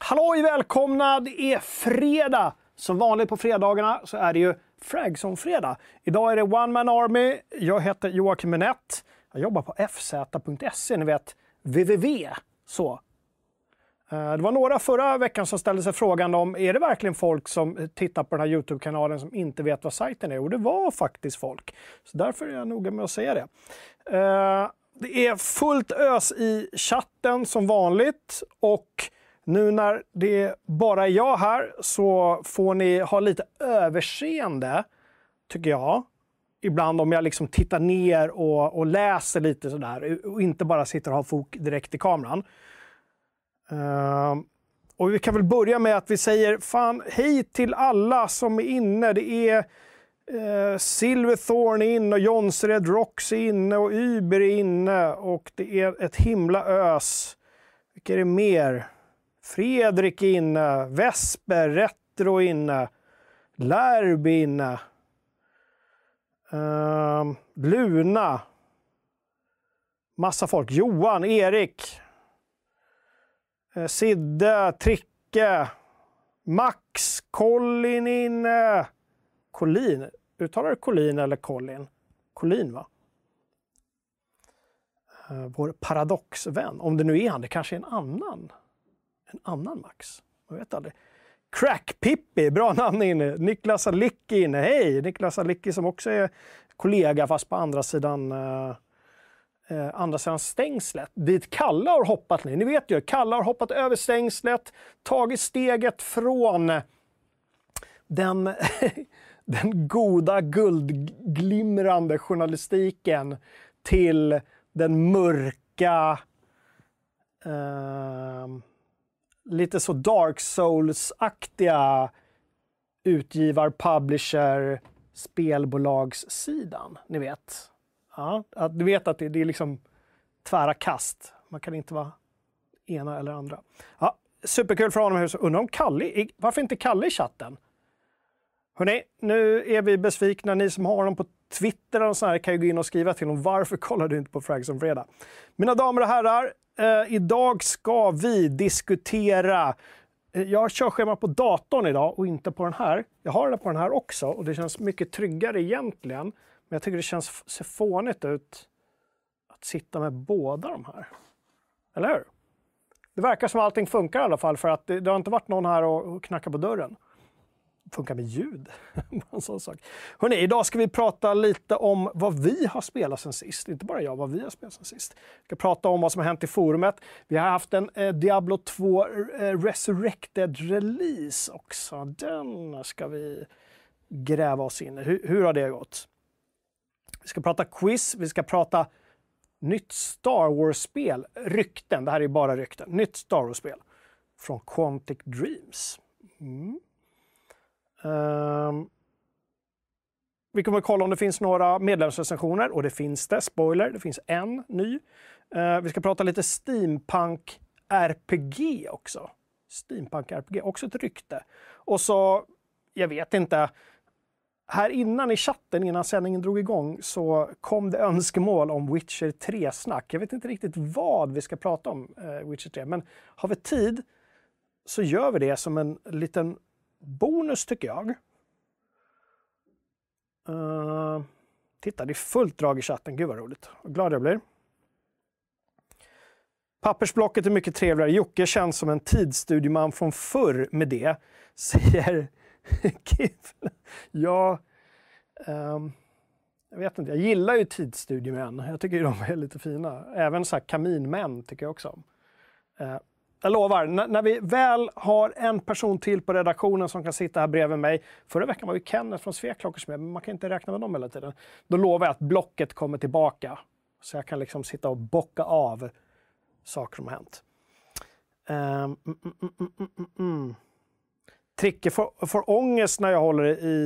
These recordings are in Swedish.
Halloj, välkomna! Det är fredag. Som vanligt på fredagarna så är det ju Fragzone-fredag. Idag är det One Man Army. Jag heter Joakim Minett. Jag jobbar på fz.se, ni vet www. Så. Det var några förra veckan som ställde sig frågan om, är det verkligen folk som tittar på den här YouTube-kanalen som inte vet vad sajten är? Och det var faktiskt folk. Så därför är jag noga med att säga det. Det är fullt ös i chatten som vanligt, och nu när det bara är jag här så får ni ha lite överseende, tycker jag. Ibland om jag liksom tittar ner och läser lite sådär och inte bara sitter och har fok direkt i kameran. Och vi kan väl börja med att vi säger fan hej till alla som är inne. Det är Silverthorn inne och Jonsred Rocks är inne och Uber är inne och det är ett himla ös. Vilka är det mer? Fredrik är inne, Vesper, Retro inne, Lärby inne, Luna, massa folk, Johan, Erik, Sidde, Tricke, Max, Colin inne, Colin, uttalar du Colin eller Colin? Colin, va? Vår paradoxvän, om det nu är han, det kanske är en annan Max, jag vet aldrig. Crack Pippi, bra namn inne. Niklas Alicki inne, hej! Niklas Alicki som också är kollega fast på andra sidan stängslet. Dit Kalle har hoppat nu. Ni vet ju, Kalle har hoppat över stängslet, tagit steget från den goda guldglimrande journalistiken till den mörka lite så Dark Souls-aktiga utgivar-publisher spelbolagssidan, ni vet. Ja, att du vet att det är liksom tvära kast. Man kan inte vara ena eller andra. Ja, superkul för honom. Undrar om Kalle, varför inte Kalle i chatten? Hörrni, nu är vi besvikna. Ni som har honom på Twitter och så här kan ju gå in och skriva till honom. Varför kollar du inte på Fragzone Fredag? Mina damer och herrar, idag ska vi diskutera. Jag kör schema på datorn idag och inte på den här. Jag har det på den här också och det känns mycket tryggare egentligen. Men jag tycker det ser fånigt ut att sitta med båda de här. Eller hur? Det verkar som allting funkar i alla fall, för att det har inte varit någon här och knacka på dörren. Funkar med ljud. En sån sak. Hörrni, idag ska vi prata lite om vad vi har spelat sen sist. Inte bara jag, vad vi har spelat sen sist. Vi ska prata om vad som har hänt i forumet. Vi har haft en Diablo 2 Resurrected release också. Den ska vi gräva oss in i. Hur har det gått? Vi ska prata quiz. Vi ska prata nytt Star Wars-spel. Rykten, det här är bara rykten. Nytt Star Wars-spel från Quantic Dreams. Vi kommer att kolla om det finns några medlemsrecensioner, och det finns det. Spoiler, det finns en ny. Vi ska prata lite Steampunk RPG också. Steampunk RPG, också ett rykte. Och så, jag vet inte, här innan i chatten, innan sändningen drog igång, så kom det önskemål om Witcher 3-snack. Jag vet inte riktigt vad vi ska prata om Witcher 3, men har vi tid så gör vi det som en liten bonus, tycker jag. Titta, det är fullt drag i chatten. Gud vad roligt. Vad glad jag blir. Pappersblocket är mycket trevligare. Jocke känns som en tidsstudieman från förr med det, säger Kif. Ja, jag vet inte. Jag gillar ju tidsstudiemän. Jag tycker ju de är lite fina. Även så här kaminmän tycker jag också om. Jag lovar, när vi väl har en person till på redaktionen som kan sitta här bredvid mig. Förra veckan var ju Kenneth från Sveklockers med, men man kan inte räkna med dem hela tiden. Då lovar jag att blocket kommer tillbaka. Så jag kan liksom sitta och bocka av saker som har hänt. Tricke får ångest när jag håller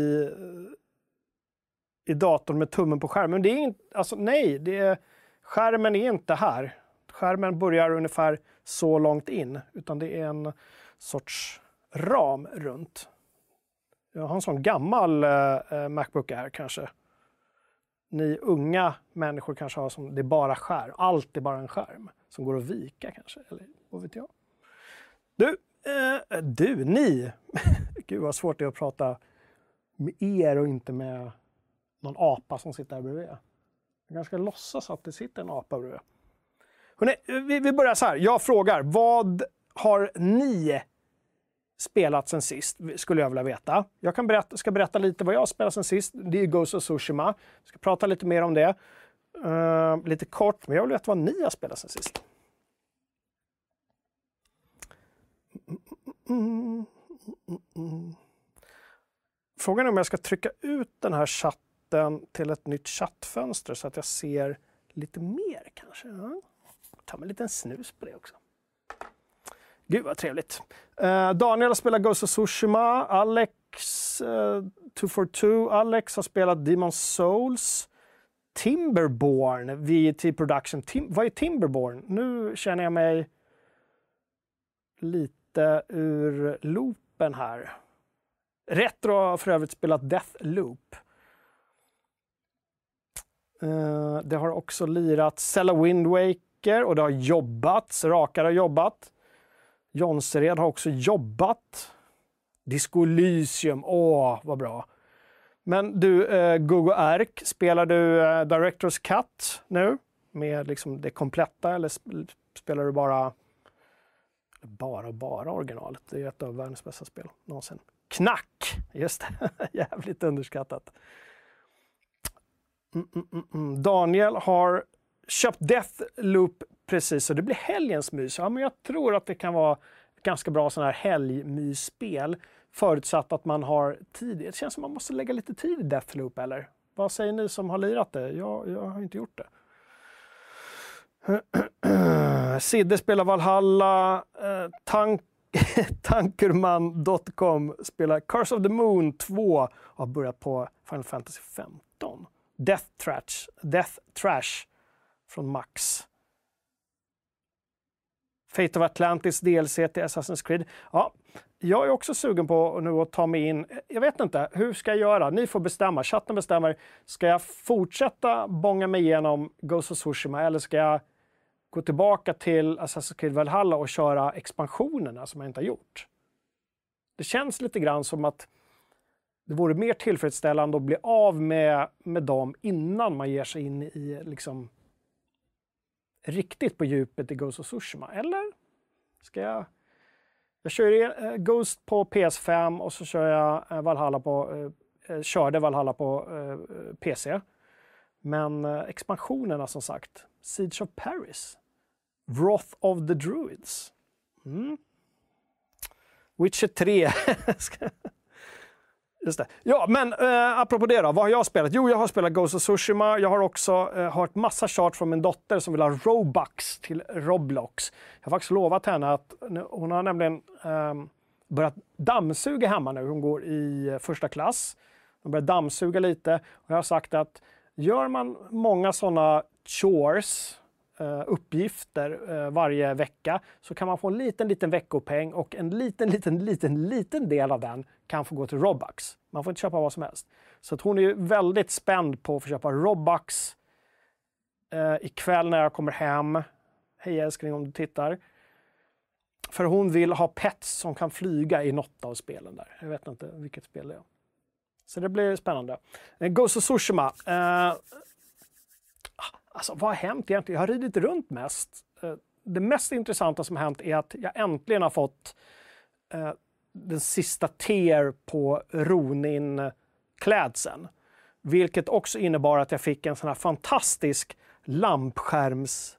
i datorn med tummen på skärmen. Det är inte, alltså nej, skärmen är inte här. Skärmen börjar ungefär så långt in, utan det är en sorts ram runt. Jag har en sån gammal MacBook Air kanske. Ni unga människor kanske har som det är bara skärm. Allt är bara en skärm som går att vika kanske, eller vad vet jag. Du, Ni. Gud vad svårt det är att prata med er och inte med någon apa som sitter här bredvid. Jag kanske ska låtsas att det sitter en apa bredvid. Hörrni, vi börjar så här. Jag frågar, vad har ni spelat sen sist? Skulle jag vilja veta. Jag ska berätta lite vad jag har spelat sen sist. Det är Ghost of Tsushima. Jag ska prata lite mer om det. Lite kort, men jag vill veta vad ni har spelat sen sist. Frågan är om jag ska trycka ut den här chatten till ett nytt chattfönster så att jag ser lite mer kanske. Ja. Ta med en liten snus på det också. Gud vad trevligt. Daniel har spelat Ghost of Tsushima. Alex 242. Alex har spelat Demon's Souls. Timberborn, VT Production. Vad är Timberborn? Nu känner jag mig lite ur loopen här. Retro har för övrigt spelat Deathloop. Det har också lirat Zelda Wind Waker och det har jobbats. Rakar har jobbat. Jonsered har också jobbat. Disco Elysium, vad bra. Men du, Gogo Ark, spelar du Director's Cut nu? Med liksom det kompletta eller spelar du bara originalet? Det är ett av världens bästa spel någonsin. Knack! Just det, jävligt underskattat. Daniel har köpt Deathloop precis så det blir helgens mys. Ja, men jag tror att det kan vara ett ganska bra sån här helgmysspel. Förutsatt att man har tid. Det känns som man måste lägga lite tid i Deathloop, eller? Vad säger ni som har lirat det? Jag har inte gjort det. Sidde spelar Valhalla. Tankerman.com spelar Curse of the Moon 2 och har börjat på Final Fantasy 15. Death Trash från Max. Fate of Atlantis DLC till Assassin's Creed. Ja, jag är också sugen på nu att ta mig in. Jag vet inte, hur ska jag göra? Ni får bestämma. Chatten bestämmer. Ska jag fortsätta bånga mig igenom Ghost of Tsushima eller ska jag gå tillbaka till Assassin's Creed Valhalla och köra expansionerna som jag inte har gjort? Det känns lite grann som att det vore mer tillfredsställande att bli av med dem innan man ger sig in i liksom riktigt på djupet i Ghost of Tsushima. Eller ska jag kör Ghost på PS5 och så kör jag körde Valhalla på PC. Men expansionerna som sagt. Siege of Paris. Wrath of the Druids. Witcher 3. Just det. Ja, men apropå det då, vad har jag spelat? Jo, jag har spelat Ghost of Tsushima. Jag har också hört massa tjat från min dotter som vill ha Robux till Roblox. Jag har faktiskt lovat henne att hon har nämligen börjat dammsuga hemma nu. Hon går i första klass. Hon börjar dammsuga lite. Och jag har sagt att gör man många sådana chores, uppgifter varje vecka så kan man få en liten veckopeng och en liten del av den kan få gå till Robux. Man får inte köpa vad som helst. Så att hon är ju väldigt spänd på att få köpa Robux ikväll när jag kommer hem. Hej älskling om du tittar. För hon vill ha pets som kan flyga i något av spelen där. Jag vet inte vilket spel det är. Så det blir spännande. Ghost of Tsushima. Alltså vad har hänt egentligen? Jag har ridit runt mest. Det mest intressanta som har hänt är att jag äntligen har fått den sista tier på Ronin-klädseln. Vilket också innebar att jag fick en sån här fantastisk lampskärmshatt.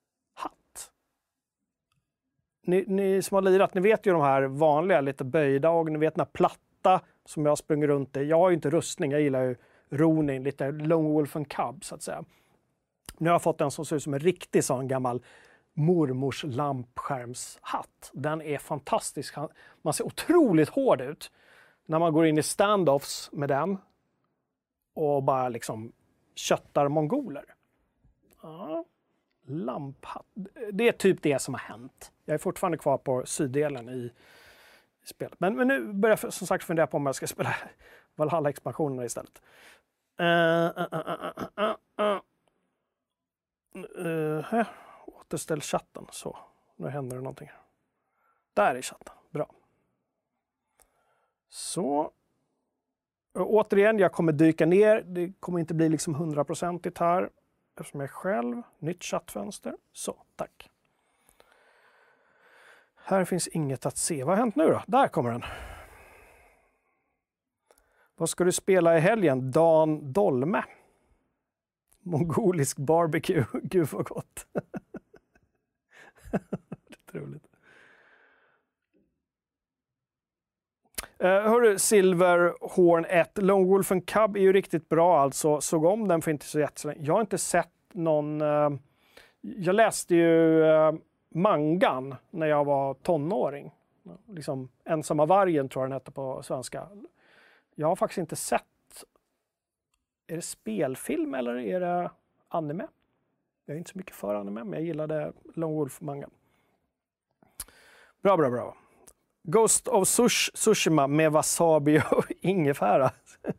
Ni som har lirat, ni vet ju de här vanliga, lite böjda och ni vet den här platta som jag springer runt i. Jag har ju inte rustning, jag gillar ju Ronin, lite Lone Wolf and Cub så att säga. Nu har jag fått en som ser ut som en riktig sån gammal mormors lampskärmshatt. Den är fantastisk. Man ser otroligt hård ut när man går in i standoffs med den och bara liksom köttar mongoler. Ja, lamphatt. Det är typ det som har hänt. Jag är fortfarande kvar på syddelen i spelet. Men nu börjar jag som sagt fundera på om jag ska spela Valhalla-expansionerna istället. Återställ chatten. Så, nu händer det någonting. Där är chatten. Bra. Så. Och återigen, jag kommer dyka ner. Det kommer inte bli liksom 100% här. Eftersom jag är själv. Nytt chattfönster. Så, tack. Här finns inget att se. Vad har hänt nu då? Där kommer den. Vad ska du spela i helgen? Dan Dolme. Mongolisk barbecue. Gud vad gott. Det är roligt. Hörru, Silverhorn 1. Lone Wolf and Cub är ju riktigt bra alltså. Såg om den för inte så jättelänge. Jag har inte sett någon... jag läste ju mangan när jag var tonåring. Liksom Ensamma vargen tror jag den hette på svenska. Jag har faktiskt inte sett... Är det spelfilm eller är det anime? Jag är inte så mycket för anime, men jag gillade Lone Wolf-mangan. Bra. Ghost of Tsushima med wasabi och ingefära.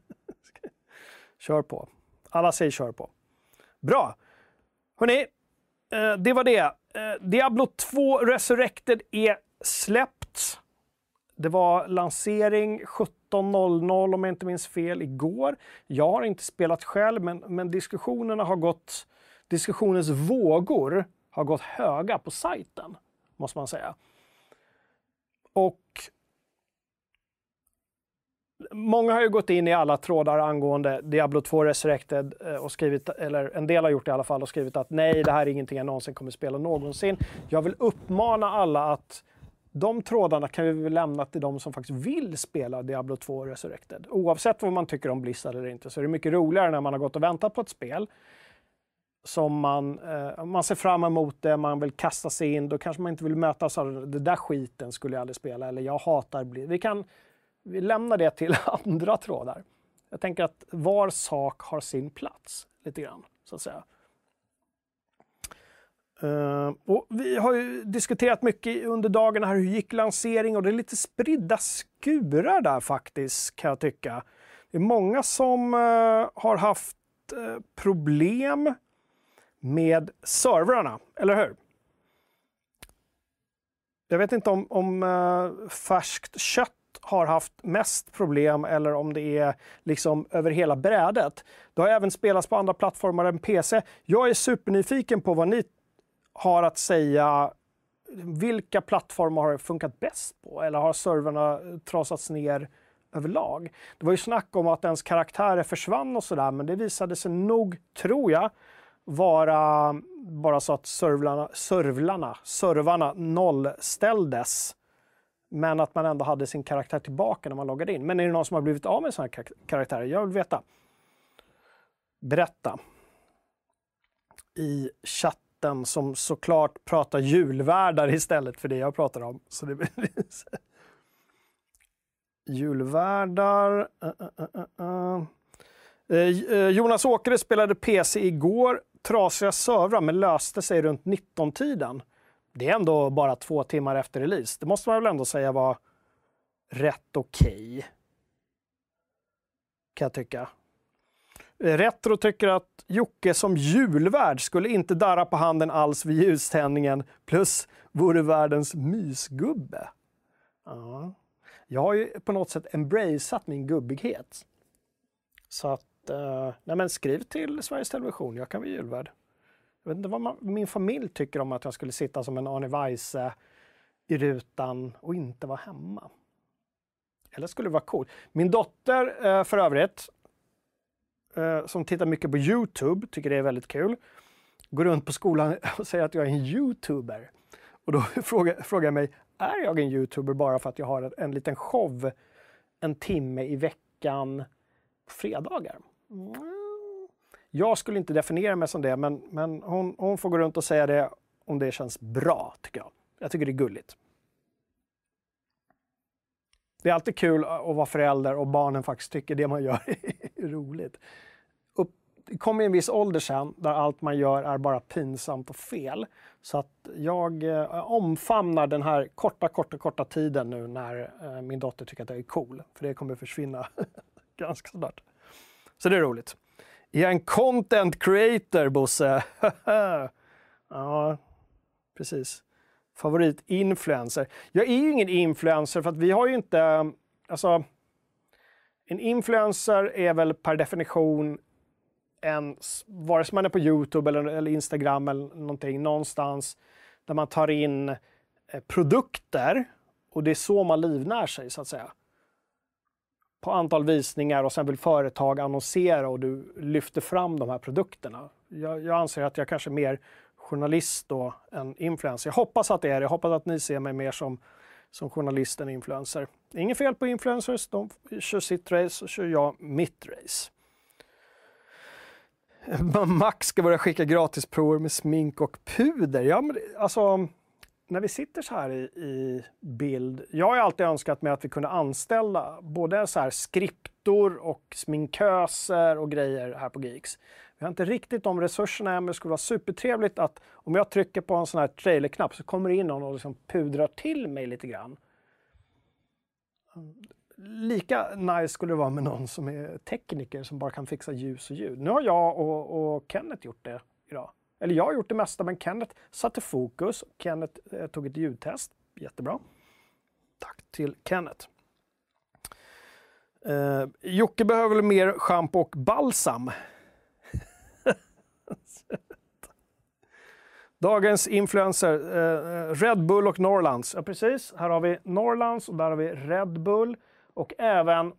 Kör på. Alla säger kör på. Bra. Hörrni, det var det. Diablo 2 Resurrected är släppt. Det var lansering 17:00 om jag inte minns fel igår. Jag har inte spelat själv, men diskussionens vågor har gått höga på sajten, måste man säga. Och många har ju gått in i alla trådar angående Diablo 2 Resurrected och skrivit, eller en del har gjort det i alla fall, och skrivit att nej, det här är ingenting jag någonsin kommer spela någonsin. Jag vill uppmana alla att de trådarna kan vi väl lämna till de som faktiskt vill spela Diablo 2 Resurrected. Oavsett vad man tycker om Blizzard eller inte, så är det mycket roligare när man har gått och väntat på ett spel som man ser fram emot det, man vill kasta sig in, då kanske man inte vill mötas av det där skiten skulle jag aldrig spela, eller jag hatar Blizzard. Vi lämnar det till andra trådar. Jag tänker att var sak har sin plats, lite grann, så att säga. Och vi har ju diskuterat mycket under dagen här hur gick lansering, och det är lite spridda skurar där faktiskt, kan jag tycka. Det är många som har haft problem med servrarna, eller hur? Jag vet inte om färskt kött har haft mest problem eller om det är liksom över hela brädet. Det har även spelats på andra plattformar än PC. Jag är supernyfiken på vad ni har att säga. Vilka plattformar har funkat bäst på? Eller har servrarna trasats ner överlag? Det var ju snack om att ens karaktärer försvann och sådär, men det visade sig nog, tror jag, vara bara så att servrarna nollställdes, men att man ändå hade sin karaktär tillbaka när man loggade in. Men är det någon som har blivit av med sådana här karaktärer? Jag vill veta. Berätta. I chatten, som såklart pratar julvärdar istället för det jag pratar om. Så det blir julvärdar. Jonas Åkare spelade PC igår. Trasiga servrar, men löste sig runt 19-tiden. Det är ändå bara 2 timmar efter release. Det måste man väl ändå säga var rätt okej. Kan jag tycka. Retro tycker att Jocke som julvärd skulle inte darra på handen alls vid ljuständningen. Plus vore världens mysgubbe. Ja. Jag har ju på något sätt embraceat min gubbighet. Så att, nej men skriv till Sveriges Television, jag kan bli julvärd. Jag vet inte vad min familj tycker om att jag skulle sitta som en Arne Weise i rutan och inte vara hemma. Eller skulle det vara cool. Min dotter för övrigt, som tittar mycket på YouTube, tycker det är väldigt kul. Går runt på skolan och säger att jag är en YouTuber. Och då frågar jag mig, är jag en YouTuber bara för att jag har en liten show en timme i veckan på fredagar? Jag skulle inte definiera mig som det, men hon får gå runt och säga det om det känns bra, tycker jag. Jag tycker det är gulligt. Det är alltid kul att vara förälder och barnen faktiskt tycker det man gör är roligt. Det kommer en viss ålder sen där allt man gör är bara pinsamt och fel. Så att jag omfamnar den här korta tiden nu när min dotter tycker att jag är cool. För det kommer försvinna ganska snart. Så det är roligt. Jag är en content creator, Bosse. Ja, precis. Favoritinfluencer. Jag är ju ingen influencer för att vi har ju inte... Alltså, en influencer är väl per definition vare sig man är på YouTube eller Instagram eller någonting, någonstans där man tar in produkter och det är så man livnär sig så att säga. På antal visningar och sen vill företag annonsera och du lyfter fram de här produkterna. Jag anser att jag kanske är mer journalist då än influencer. Jag hoppas att det är det. Jag hoppas att ni ser mig mer som journalist än influencer. Inget fel på influencers. De kör sitt race så kör jag mitt race. Max ska börja skicka gratisprover med smink och puder. Ja, men alltså, när vi sitter så här i bild. Jag har alltid önskat mig att vi kunde anställa både så här skriptor och sminköser och grejer här på Geeks. Vi har inte riktigt de resurserna än, men det skulle vara supertrevligt att om jag trycker på en sån här trailerknapp så kommer det in någon och liksom pudrar till mig lite grann. Lika nice skulle det vara med någon som är tekniker som bara kan fixa ljus och ljud. Nu har jag och Kenneth gjort det idag. Eller jag har gjort det mesta, men Kenneth satte fokus. Kenneth tog ett ljudtest. Jättebra. Tack till Kenneth. Jocke behöver väl mer shampoo och balsam. Dagens influencer, Red Bull och Norrlands. Ja, precis. Här har vi Norrlands och där har vi Red Bull. Och även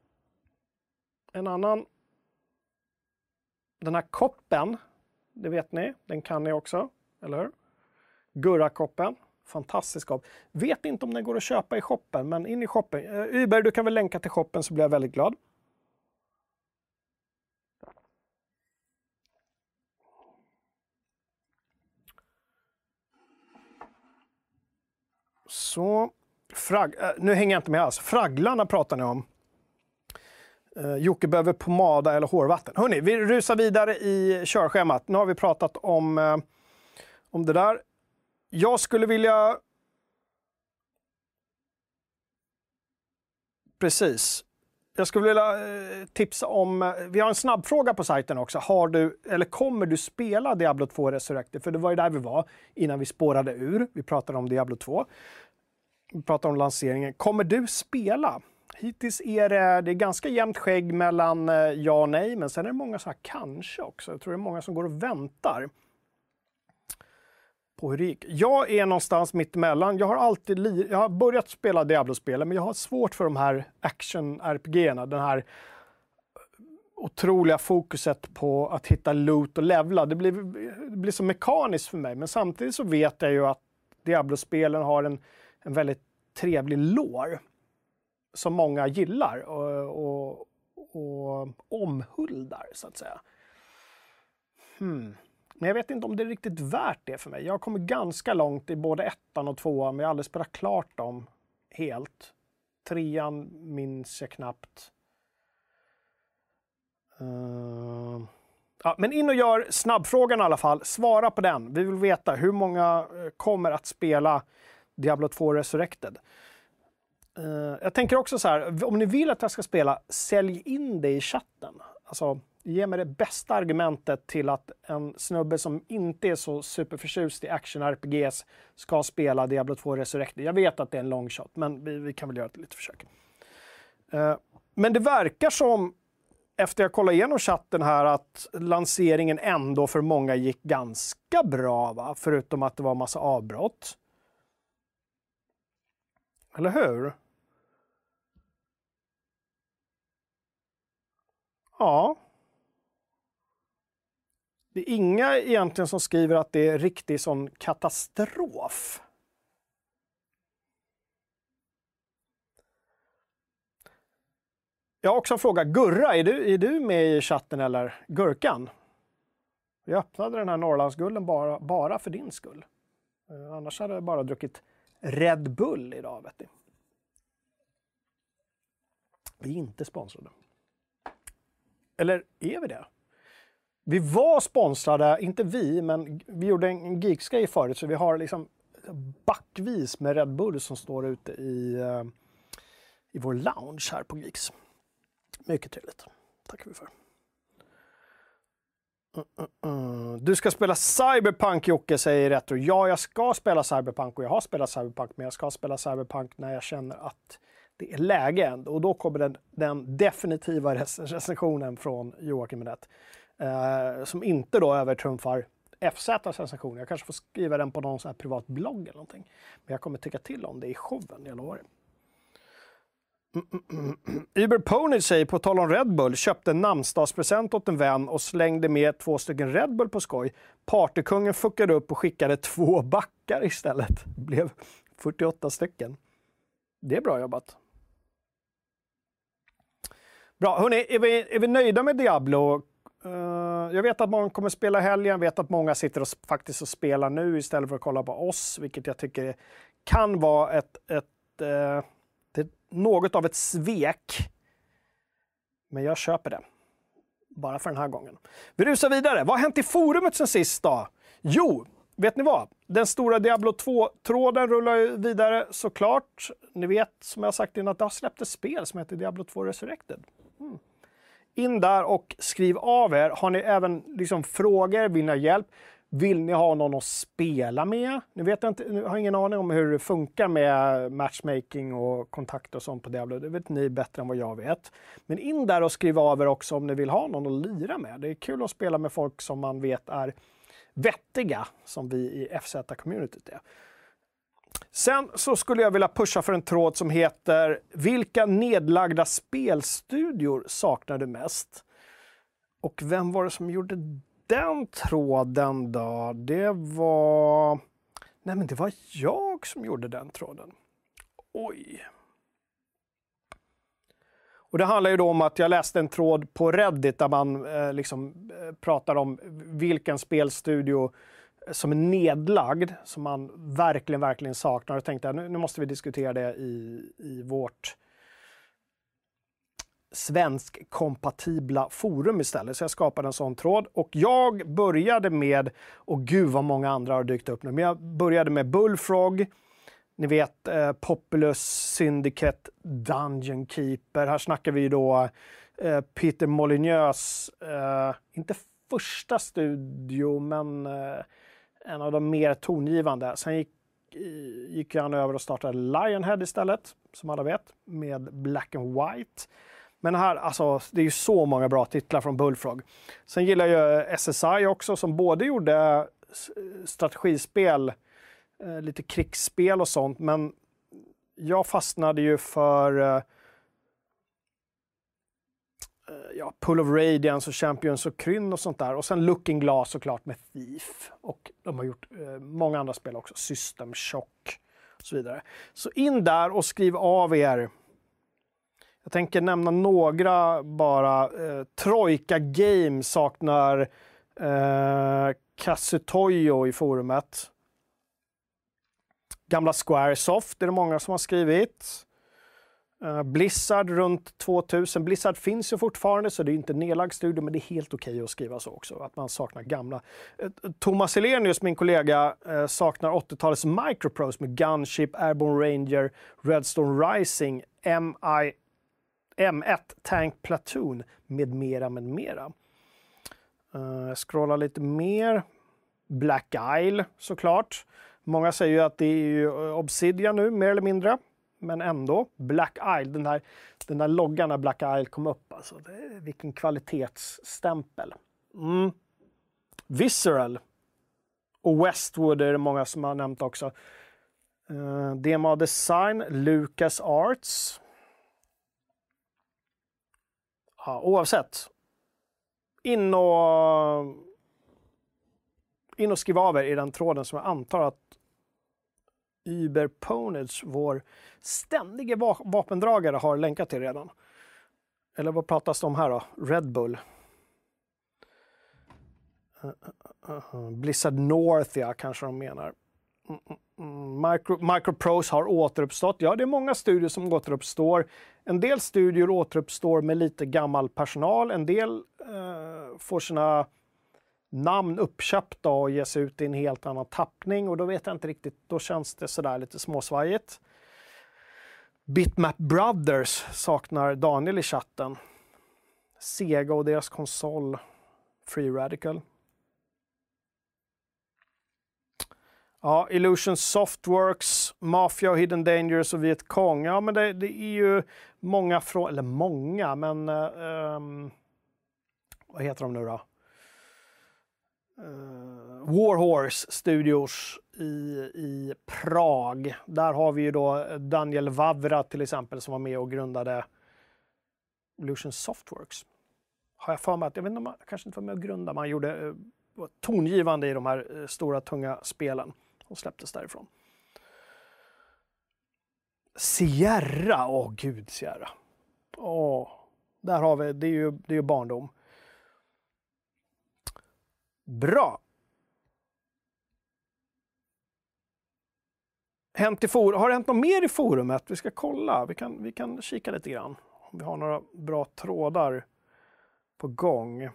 en annan. Den här koppen, det vet ni, den kan ni också, eller hur? Gurra-koppen, fantastisk kopp. Vet inte om den går att köpa i shoppen, men in i shoppen. Uber, du kan väl länka till shoppen så blir jag väldigt glad. Så, nu hänger jag inte med alls. Fragglarna pratar ni om. Jocke behöver pomada eller hårvatten. Hörrni, vi rusar vidare i körschemat. Nu har vi pratat om det där. Jag skulle vilja... Precis. Jag skulle vilja tipsa om... Vi har en snabbfråga på sajten också. Kommer du spela Diablo 2 Resurrected? För det var ju där vi var innan vi spårade ur. Vi pratade om Diablo 2. Vi pratade om lanseringen. Kommer du spela? Hittills är det ganska jämnt skägg mellan ja och nej. Men sen är det många så här kanske också. Jag tror det är många som går och väntar på hur det gick. Jag är någonstans mitt emellan. Jag har börjat spela Diablo-spelen, men jag har svårt för de här action-RPG:erna. Den här otroliga fokuset på att hitta loot och levla. Det blir så mekaniskt för mig. Men samtidigt så vet jag ju att Diablo-spelen har en väldigt trevlig lore som många gillar och omhuldar, så att säga. Men jag vet inte om det är riktigt värt det för mig. Jag har kommit ganska långt i både 1 och 2, men jag har aldrig spelat klart dem helt. 3 minns jag knappt. Ja, men in och gör snabbfrågan i alla fall. Svara på den. Vi vill veta hur många kommer att spela Diablo 2 Resurrected. Jag tänker också så här, om ni vill att jag ska spela, sälj in det i chatten. Alltså, ge mig det bästa argumentet till att en snubbe som inte är så superförtjust i action-RPGs ska spela Diablo 2 Resurrected. Jag vet att det är en long shot, men vi kan väl göra ett litet försök. Men det verkar som, efter jag kollar igenom chatten här, att lanseringen ändå för många gick ganska bra, va? Förutom att det var massa avbrott. Eller hur? Ja. Det är inga egentligen som skriver att det är riktigt sån katastrof. Jag har också en fråga. Gurra, är du med i chatten eller? Gurkan? Jag öppnade den här Norrlandsgulden bara för din skull. Annars hade jag bara druckit Red Bull idag, vet ni. Vi är inte sponsrade. Eller är vi det? Vi var sponsrade, inte vi, men vi gjorde en Geeks-grej förut, så vi har liksom backvis med Red Bull som står ute i vår lounge här på Geeks. Mycket trevligt. Tackar vi för. Du ska spela Cyberpunk, Jocke, säger Retro. Ja, jag ska spela Cyberpunk och jag har spelat Cyberpunk, men jag ska spela Cyberpunk när jag känner att det är läge. Och då kommer den definitiva recensionen från Joakim Minett. Som inte då övertrumfar FZ:s recension. Jag kanske får skriva den på någon sån här privat blogg eller någonting. Men jag kommer tycka till om det i showen, jag lovar. Uber Pony säger, på tal om Red Bull, köpte en namnsdagspresent åt en vän och slängde med 2 stycken Red Bull på skoj. Partykungen fuckade upp och skickade 2 backar istället. Det blev 48 stycken. Det är bra jobbat. Bra, hörni, är vi nöjda med Diablo? Jag vet att många kommer spela helgen. Jag vet att många sitter och faktiskt spelar nu istället för att kolla på oss, vilket jag tycker kan vara något av ett svek. Men jag köper det. Bara för den här gången. Vi rusar vidare. Vad har hänt i forumet sen sist då? Jo, vet ni vad? Den stora Diablo 2-tråden rullar vidare såklart. Ni vet, som jag sagt innan, att det har släppt ett spel som heter Diablo 2 Resurrected. In där och skriv av er. Har ni även liksom frågor? Vill ni ha hjälp? Vill ni ha någon att spela med? Nu vet jag inte, jag har ingen aning om hur det funkar med matchmaking och kontakt och sånt på Diablo. Det vet ni bättre än vad jag vet. Men in där och skriv av er också om ni vill ha någon att lira med. Det är kul att spela med folk som man vet är vettiga, som vi i FZ-communityt är. Sen så skulle jag vilja pusha för en tråd som heter vilka nedlagda spelstudior saknar du mest? Och vem var det som gjorde den tråden då? Det var jag som gjorde den tråden. Oj. Och det handlar ju då om att jag läste en tråd på Reddit där man pratar om vilken spelstudio som är nedlagd, som man verkligen saknar. Och tänkte nu måste vi diskutera det i vårt svensk-kompatibla forum istället. Så jag skapade en sån tråd. Och jag började med, och gud vad många andra har dykt upp nu, men jag började med Bullfrog. Ni vet Populous, Syndicate, Dungeon Keeper. Här snackar vi då Peter Molyneux, inte första studio, men en av de mer tongivande. Sen gick han över och startade Lionhead istället, som alla vet, med Black and White. Men här, alltså, det är ju så många bra titlar från Bullfrog. Sen gillar jag SSI också, som både gjorde strategispel, lite krigsspel och sånt, men jag fastnade ju för Pull of Radiance och Champions och Kryn och sånt där. Och sen Looking Glass såklart med Thief. Och de har gjort många andra spel också. System Shock och så vidare. Så in där och skriv av er. Jag tänker nämna några bara. Troika Games saknar Kazutoyo i forumet. Gamla Squaresoft är det många som har skrivit. Blizzard runt 2000. Blizzard finns ju fortfarande, så det är inte en nedlagd studio, men det är helt okej att skriva så också. Att man saknar gamla. Thomas Elenius, min kollega, saknar 80-talets Microprose med Gunship, Airborne Ranger, Redstone Rising, M1 Tank Platoon med mera. Scrolla lite mer. Black Isle såklart. Många säger ju att det är ju Obsidian nu, mer eller mindre. Men ändå, Black Isle, den där loggan när Black Isle kom upp. Alltså, vilken kvalitetsstämpel. Visceral. Och Westwood är det många som har nämnt också. DMA Design, Lucas Arts. Ja, oavsett. In och skriv av er i den tråden som jag antar att Uber Ponage, vår ständiga vapendragare, har länkat till redan. Eller vad pratas det om här då? Red Bull. Blizzard North, ja, kanske de menar. Microprose har återuppstått. Ja, det är många studier som återuppstår. En del studier återuppstår med lite gammal personal. En del får sina namn uppköpta och ges ut i en helt annan tappning. Och då vet jag inte riktigt, då känns det sådär lite småsvajigt. Bitmap Brothers saknar Daniel i chatten. Sega och deras konsol. Free Radical. Ja, Illusion Softworks, Mafia och Hidden Dangerous och Vietcong. Ja, men det är ju många från, eller många, men vad heter de nu då? Warhorse Studios i Prag. Där har vi ju då Daniel Vavra till exempel som var med och grundade Illusion Softworks. Har jag för mig att, jag vet inte om han kanske inte var med och grundade, men han gjorde var tongivande i de här stora tunga spelen och släpptes därifrån. Sierra, gud Sierra. Där har vi, det är ju barndom. Bra. Har det hänt något mer i forumet? Vi ska kolla. Vi kan kika lite grann. Om vi har några bra trådar på gång.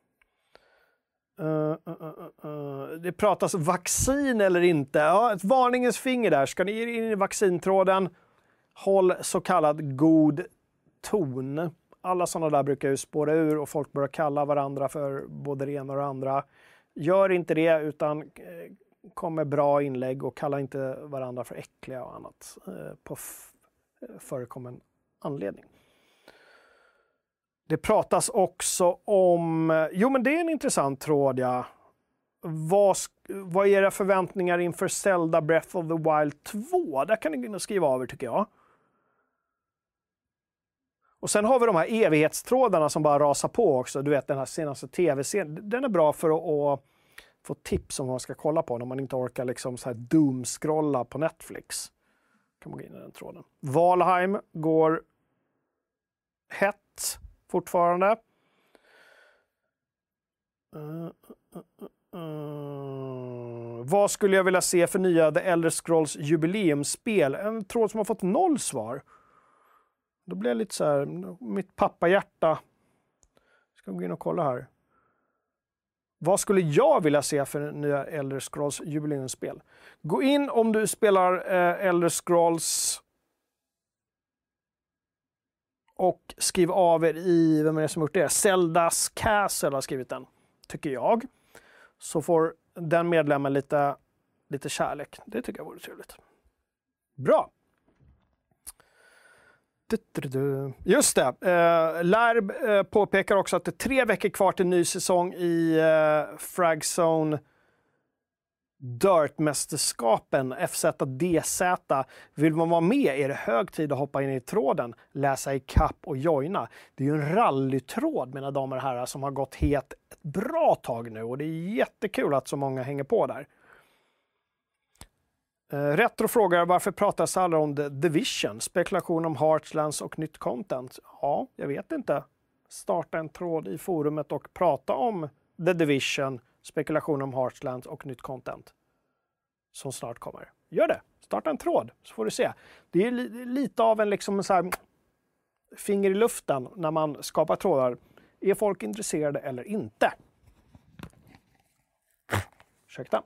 Det pratas vaccin eller inte. Ja, ett varningens finger där. Ska ni ge in i vaccintråden? Håll så kallad god ton. Alla sådana där brukar ju spåra ur och folk börjar kalla varandra för både det ena och det andra. Gör inte det, utan kom med bra inlägg och kalla inte varandra för äckliga och annat på förekommen anledning. Det pratas också om, men det är en intressant tråd, ja. Vad är era förväntningar inför Zelda Breath of the Wild 2? Där kan ni skriva av er, tycker jag. Och sen har vi de här evighetstrådarna som bara rasar på också. Du vet, den här senaste tv-serien. Den är bra för att få tips om vad man ska kolla på när man inte orkar liksom så här doom-scrolla på Netflix. Kan man gå in i den tråden. Valheim går hett fortfarande. Vad skulle jag vilja se för nya The Elder Scrolls jubileumsspel? En tråd som har fått 0 svar. Då blir jag lite så här, mitt pappahjärta. Ska gå in och kolla här. Vad skulle jag vilja se för nya Elder Scrolls jubileumsspel? Gå in om du spelar Elder Scrolls och skriv av er i, vem är det som gjort det? Zelda's Castle har skrivit den, tycker jag. Så får den medlemmen lite kärlek. Det tycker jag vore trevligt. Bra! Just det. Lärb påpekar också att det är 3 veckor kvar till ny säsong i Fragzone Dirt-mästerskapen, FZDZ. Vill man vara med är det hög tid att hoppa in i tråden, läsa i kapp och joina. Det är ju en rallytråd, mina damer och herrar, som har gått het ett bra tag nu och det är jättekul att så många hänger på där. Retro frågar varför pratas alla om The Division, spekulation om Heartlands och nytt content. Ja, jag vet inte. Starta en tråd i forumet och prata om The Division, spekulation om Heartlands och nytt content som snart kommer. Gör det. Starta en tråd så får du se. Det är lite av en liksom så här finger i luften när man skapar trådar. Är folk intresserade eller inte? Ursäkta.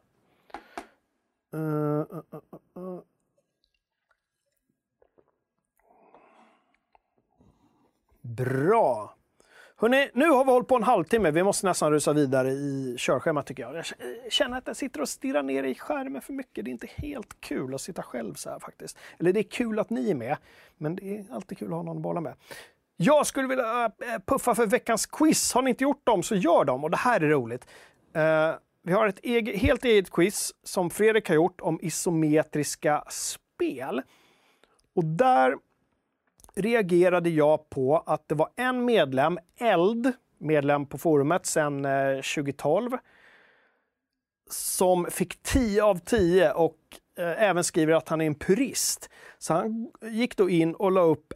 Bra. Hörrni, nu har vi hållit på en halvtimme. Vi måste nästan rusa vidare i körschemat, tycker jag. Jag känner att jag sitter och stirrar ner i skärmen för mycket. Det är inte helt kul att sitta själv så här faktiskt. Eller det är kul att ni är med, men det är alltid kul att ha någon att bolla med. Jag skulle vilja puffa för veckans quiz. Har ni inte gjort dem så gör dem, och det här är roligt. Vi har ett helt eget quiz som Fredrik har gjort om isometriska spel. Och där reagerade jag på att det var en medlem, medlem på forumet sedan 2012, som fick 10 av 10 och även skriver att han är en purist. Så han gick då in och la upp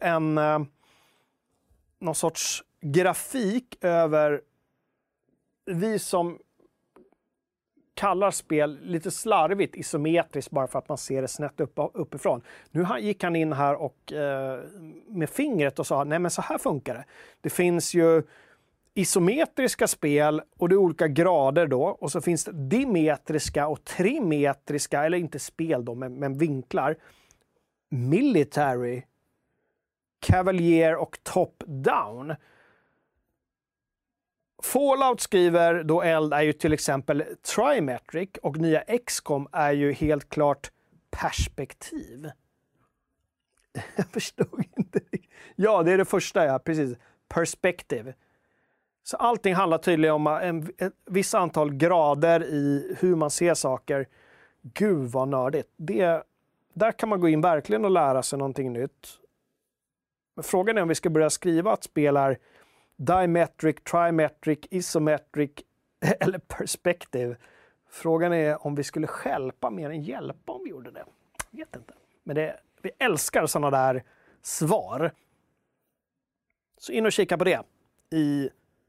någon sorts grafik över vi som kallar spel lite slarvigt isometriskt bara för att man ser det snett uppifrån. Nu gick han in här och med fingret och sa nej, men så här funkar det. Det finns ju isometriska spel och det är olika grader då, och så finns det dimetriska och trimetriska, eller inte spel då, men vinklar. Military, Cavalier och top down. Fallout skriver då eld är ju till exempel Trimetric och nya XCOM är ju helt klart perspektiv. Jag förstod inte. Ja, det är det första, ja, precis. Perspektiv. Så allting handlar tydligen om ett visst antal grader i hur man ser saker. Gud vad nördigt. Där kan man gå in verkligen och lära sig någonting nytt. Men frågan är om vi ska börja skriva att spel är dimetric, trimetric, isometric eller perspective. Frågan är om vi skulle stjälpa mer än hjälpa om vi gjorde det. Jag vet inte. Men vi älskar sådana där svar. Så in och kika på det i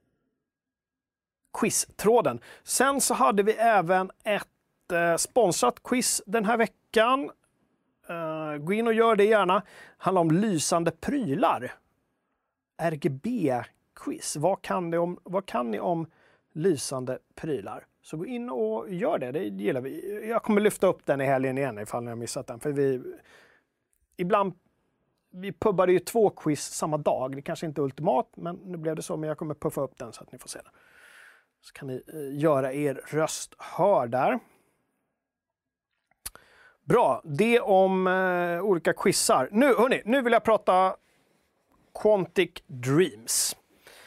quiztråden. Sen så hade vi även ett sponsrat quiz den här veckan. Gå in och gör det gärna. Handlar om lysande prylar. RGB-quiz. Vad kan ni om lysande prylar? Så gå in och gör det. Det gillar vi. Jag kommer lyfta upp den i helgen igen ifall ni har missat den. För vi pubbade ju 2 quiz samma dag. Det kanske inte är ultimat, men nu blev det så. Men jag kommer puffa upp den så att ni får se den. Så kan ni göra er röst hör där. Bra, det om olika quizar. Nu vill jag prata Quantic Dreams.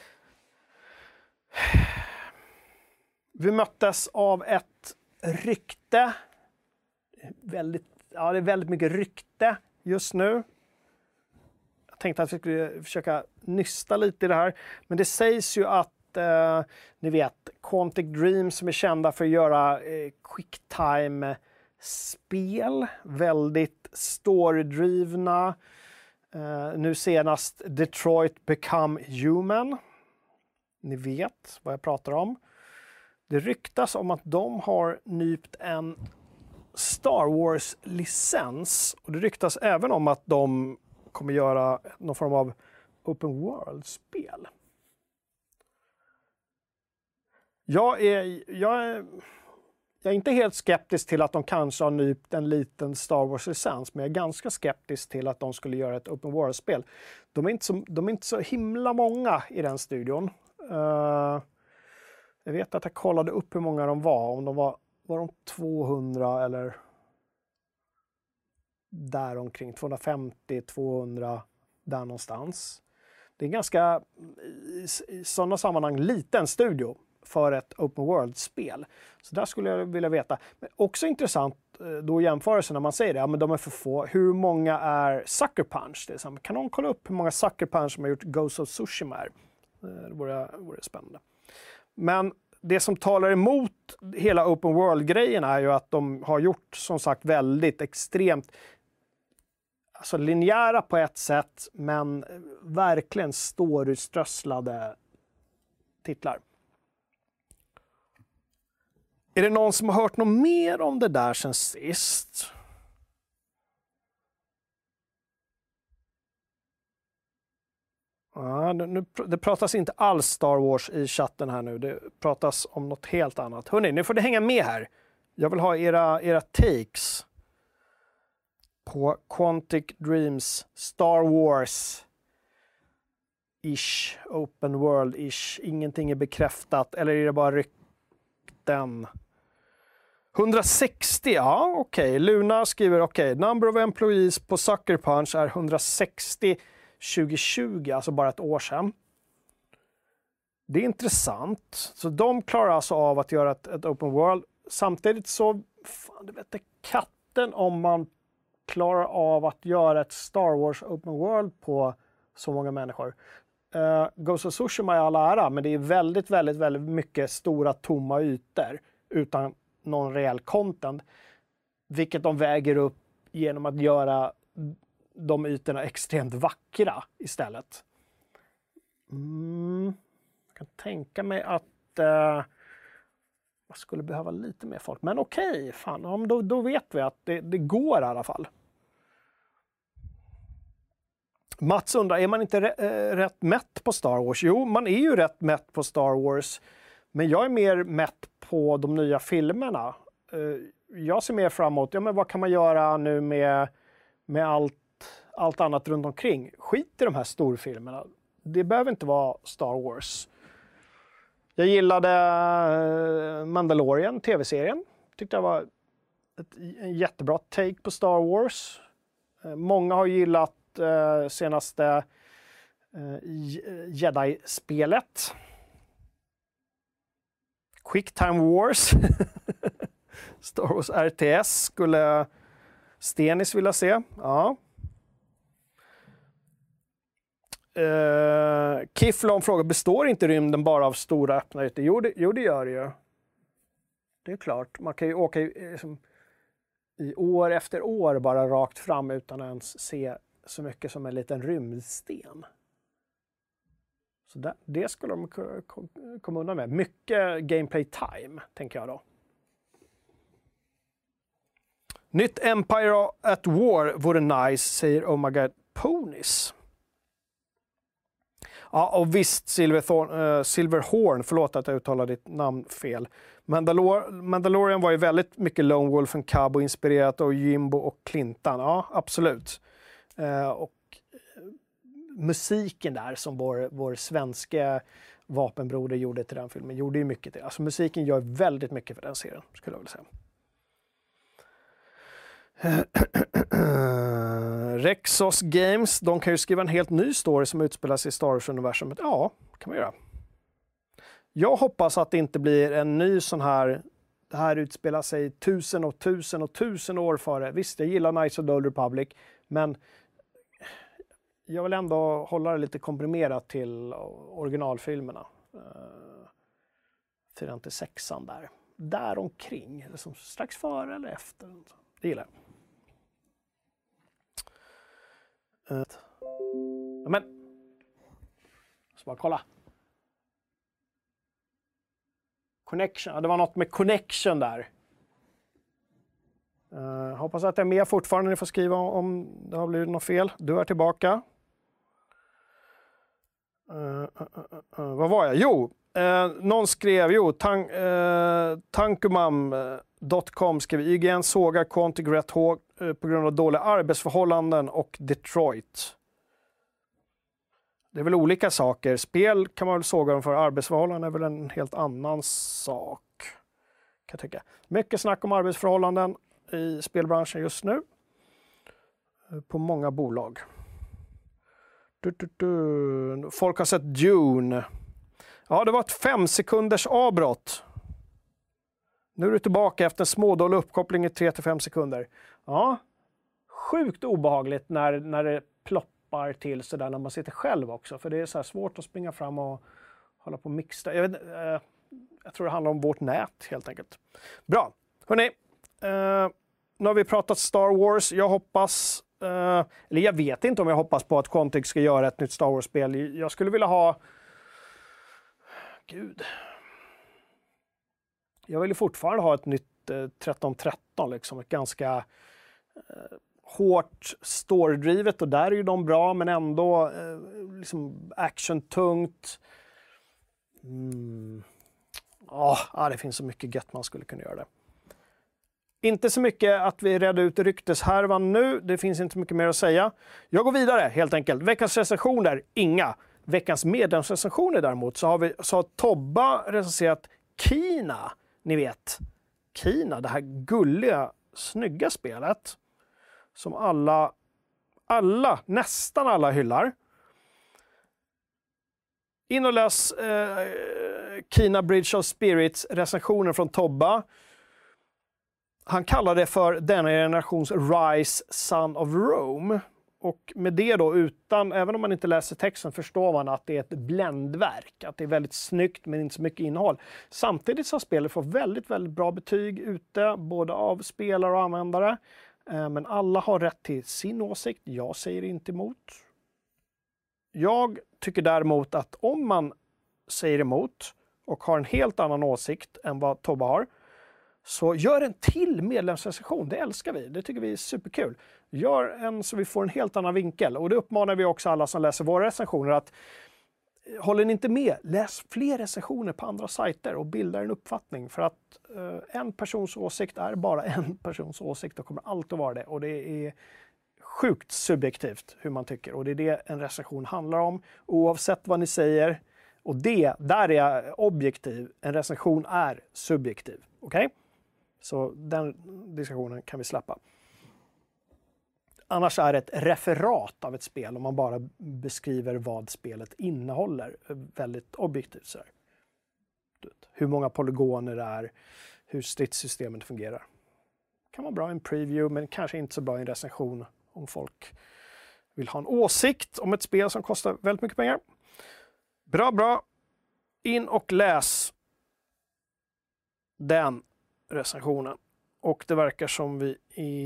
Vi möttes av ett rykte. Det är väldigt mycket rykte just nu. Jag tänkte att vi skulle försöka nysta lite i det här. Men det sägs ju att ni vet, Quantic Dreams som är kända för att göra quicktime-spel. Väldigt storydrivna. Nu senast Detroit Become Human. Ni vet vad jag pratar om. Det ryktas om att de har nypt en Star Wars-licens. Och det ryktas även om att de kommer göra någon form av open world-spel. Jag är inte helt skeptisk till att de kanske har nypt en liten Star Wars-licens, men jag är ganska skeptisk till att de skulle göra ett open world-spel. De är inte så himla många i den studion. Jag vet att jag kollade upp hur många de var. Om de var de 200 eller där omkring 250, 200 där någonstans. Det är ganska i sådana sammanhang liten studio för ett open world-spel. Så där skulle jag vilja veta. Men också intressant då jämförelsen när man säger det, ja, men de är för få. Hur många är Sucker Punch? Det är samma. Kan någon kolla upp hur många Sucker Punch som har gjort Ghost of Tsushima är? Det vore spännande. Men det som talar emot hela open world-grejen är ju att de har gjort som sagt väldigt extremt alltså linjära på ett sätt, men verkligen storyströsslade titlar. Är det någon som har hört något mer om det där sen sist? Ja, det pratas inte alls Star Wars i chatten här nu. Det pratas om något helt annat. Hörrni, nu får det hänga med här. Jag vill ha era takes på Quantic Dreams Star Wars-ish, open world-ish. Ingenting är bekräftat, eller är det bara rykten? 160, ja okej. Luna skriver okej. Number of employees på Sucker Punch är 160 2020, alltså bara ett år sedan. Det är intressant. Så de klarar alltså av att göra ett open world. Samtidigt så, fan, det vet katten om man klarar av att göra ett Star Wars open world på så många människor. Ghost of Tsushima är alla ära, men det är väldigt, väldigt, väldigt mycket stora tomma ytor utan någon reell content. Vilket de väger upp genom att göra de ytorna extremt vackra istället. Jag kan tänka mig att man skulle behöva lite mer folk. Men okej, fan, då vet vi att det går i alla fall. Mats undrar, är man inte rätt mätt på Star Wars? Jo, man är ju rätt mätt på Star Wars. Men jag är mer mätt på de nya filmerna. Jag ser mer framåt. Ja, men vad kan man göra nu med allt annat runt omkring? Skit i de här storfilmerna. Det behöver inte vara Star Wars. Jag gillade Mandalorian, tv-serien. Tyckte jag var en jättebra take på Star Wars. Många har gillat senaste Jedi-spelet. Quick Time Wars. Star Wars RTS skulle Stenis vilja se. Ja. Kiflon frågar, består inte rymden bara av stora öppna ytor? Jo, det gör det ju. Det är klart. Man kan ju åka i år efter år bara rakt fram utan att ens se så mycket som en liten rymdsten. Så det skulle de komma undan med. Mycket gameplay time, tänker jag då. Nytt Empire at War vore nice, säger Oh My God Ponies. Ja, och visst Silverhorn, förlåt att jag uttalade ditt namn fel. Mandalorian var ju väldigt mycket Lone Wolf and Cabo inspirerat av Jimbo och Clintan. Ja, absolut. Och musiken där som vår svenska vapenbroder gjorde till den filmen gjorde ju mycket till. Alltså musiken gör väldigt mycket för den serien, skulle jag vilja säga. Rexos Games, de kan ju skriva en helt ny story som utspelas i Star Wars-universumet. Ja, kan man göra. Jag hoppas att det inte blir en ny sån här, det här utspelar sig 1000 år före. Visst, jag gillar Knights of the Old Republic, men jag vill ändå hålla det lite komprimerat till originalfilmerna. 4-6 där. Där omkring, liksom strax före eller efter. Det gillar jag. Men, så bara kolla. Connection, ja, det var något med connection där. Hoppas att jag är med fortfarande. Ni får skriva om det har blivit något fel. Du är tillbaka. Vad var jag? Jo, någon skrev, tankumam.com skrev IGN sågar Quantic rätt hårt på grund av dåliga arbetsförhållanden och Detroit. Det är väl olika saker. Spel kan man väl såga dem för. Arbetsförhållanden är väl en helt annan sak, kan jag tycka. Mycket snack om arbetsförhållanden i spelbranschen just nu. På många bolag. Folk har sett Dune. Ja, det var ett 5 sekunders avbrott. Nu är du tillbaka efter en smådålig uppkoppling i 3-5 sekunder. Ja, sjukt obehagligt när det ploppar till sådär när man sitter själv också. För det är så här svårt att springa fram och hålla på och mixa. Jag tror det handlar om vårt nät helt enkelt. Bra, hörrni. Nu har vi pratat Star Wars. Jag hoppas, eller jag vet inte om jag hoppas på att Quantic ska göra ett nytt Star Wars-spel. Jag skulle vilja ha... Gud. Jag vill fortfarande ha ett nytt 1313, liksom ett ganska hårt storydrivet, och där är ju de bra, men ändå liksom actiontungt. Det finns så mycket gött man skulle kunna göra det. Inte så mycket att vi redde ut rykteshärvan nu, det finns inte så mycket mer att säga. Jag går vidare helt enkelt. Veckans recensioner, inga. Veckans medlemsrecensioner däremot så har Tobba recenserat Kina. Ni vet, Kina, det här gulliga, snygga spelet som nästan alla hyllar. In och läs Kina Bridge of Spirits recensionen från Tobba. Han kallar det för denna generations Rise Son of Rome. Och med det då, även om man inte läser texten, förstår man att det är ett bländverk. Att det är väldigt snyggt men inte så mycket innehåll. Samtidigt så har spelet fått väldigt, väldigt bra betyg ute, både av spelare och användare. Men alla har rätt till sin åsikt. Jag säger inte emot. Jag tycker däremot att om man säger emot och har en helt annan åsikt än vad Tobbe har, så gör en till medlemsrecension. Det älskar vi. Det tycker vi är superkul. Gör en så vi får en helt annan vinkel. Och det uppmanar vi också alla som läser våra recensioner att håller ni inte med, läs fler recensioner på andra sajter och bilda en uppfattning. För att en persons åsikt är bara en persons åsikt och kommer alltid att vara det. Och det är sjukt subjektivt hur man tycker. Och det är det en recension handlar om. Oavsett vad ni säger, Och där är jag objektiv. En recension är subjektiv. Okej? Så den diskussionen kan vi släppa. Annars är det ett referat av ett spel om man bara beskriver vad spelet innehåller. Väldigt objektivt. Så här. Hur många polygoner det är. Hur stridssystemet fungerar. Kan vara bra i en preview, men kanske inte så bra i en recension om folk vill ha en åsikt om ett spel som kostar väldigt mycket pengar. Bra. In och läs den recensionen. Och det verkar som vi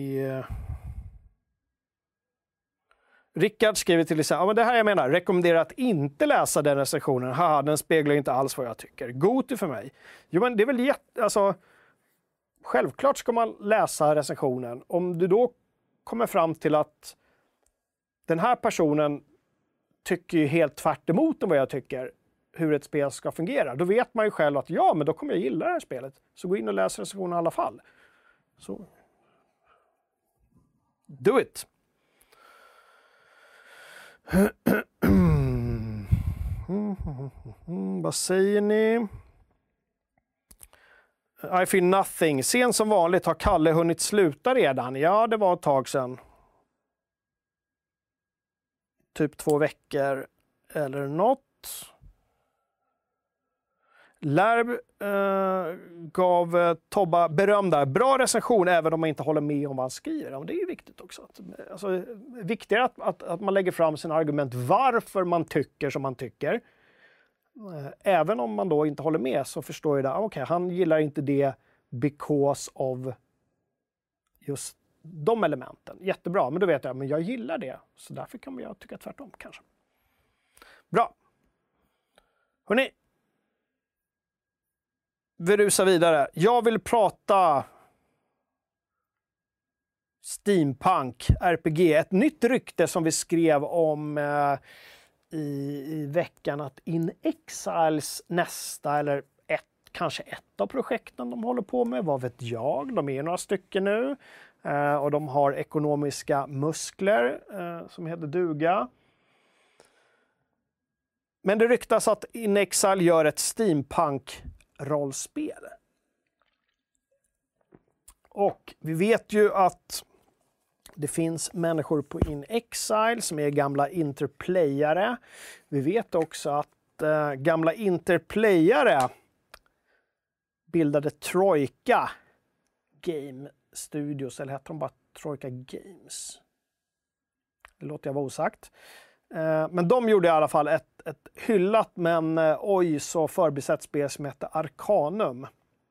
Rickard skriver till exempel, men det här jag menar, rekommenderar att inte läsa den recensionen. Haha, den speglar inte alls vad jag tycker. Goti för mig. Jo, men det är väl självklart ska man läsa recensionen. Om du då kommer fram till att den här personen tycker ju helt tvärt emot vad jag tycker hur ett spel ska fungera. Då vet man ju själv att ja, men då kommer jag gilla det här spelet. Så gå in och läs recensionen i alla fall. Så. Do it! Vad säger ni? I feel nothing. Sen som vanligt har Kalle hunnit sluta redan. Ja, det var ett tag sedan. Typ 2 veckor eller något. Lärb gav Tobba beröm där. Bra recension även om man inte håller med om vad han skriver. Och det är ju viktigt också. Alltså, viktigare att man lägger fram sina argument varför man tycker som man tycker. Även om man då inte håller med så förstår jag det. Okej, han gillar inte det because of just de elementen. Jättebra, men då vet jag, men jag gillar det. Så därför kan jag tycka tvärtom kanske. Bra. Hörrni. Vi rusar vidare. Jag vill prata Steampunk RPG. Ett nytt rykte som vi skrev om i veckan att In Exiles nästa eller kanske ett av projekten de håller på med. Vad vet jag? De är några stycken nu. Och de har ekonomiska muskler som heter duga. Men det ryktas att In Exile gör ett steampunk-rollspel. Och vi vet ju att det finns människor på In Exile som är gamla interplayare. Vi vet också att gamla interplayare bildade Troika Game Studios, eller heter de bara Troika Games? Det låter jag vara osagt. Men de gjorde i alla fall ett hyllat men oj så förbisett spel som heter Arcanum.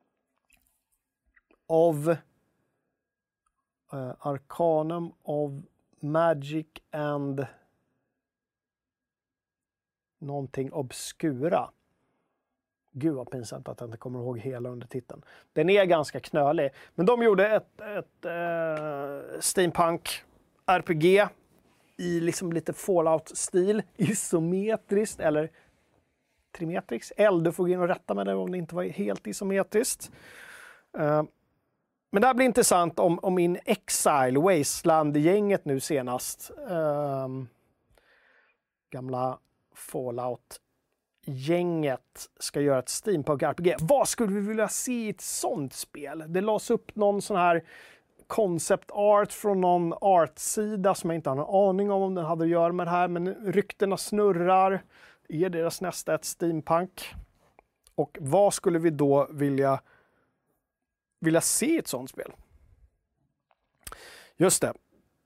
Arcanum of Magic and någonting obskura. Gud vad pinsamt att jag inte kommer ihåg hela undertiteln. Den är ganska knölig. Men de gjorde ett steampunk RPG i liksom lite Fallout-stil. Isometriskt eller trimetriskt. Du får gå in och rätta med det om det inte var helt isometriskt. Men det här blir intressant om In Exile, Wasteland-gänget nu senast. Gamla Fallout-gänget ska göra ett steampunk-RPG. Vad skulle vi vilja se i ett sånt spel? Det lades upp någon sån här concept art från någon artsida som jag inte har någon aning om den hade att göra med det här. Men ryktena snurrar. Är deras nästa ett steampunk? Och vad skulle vi då vilja se i ett sånt spel? Just det.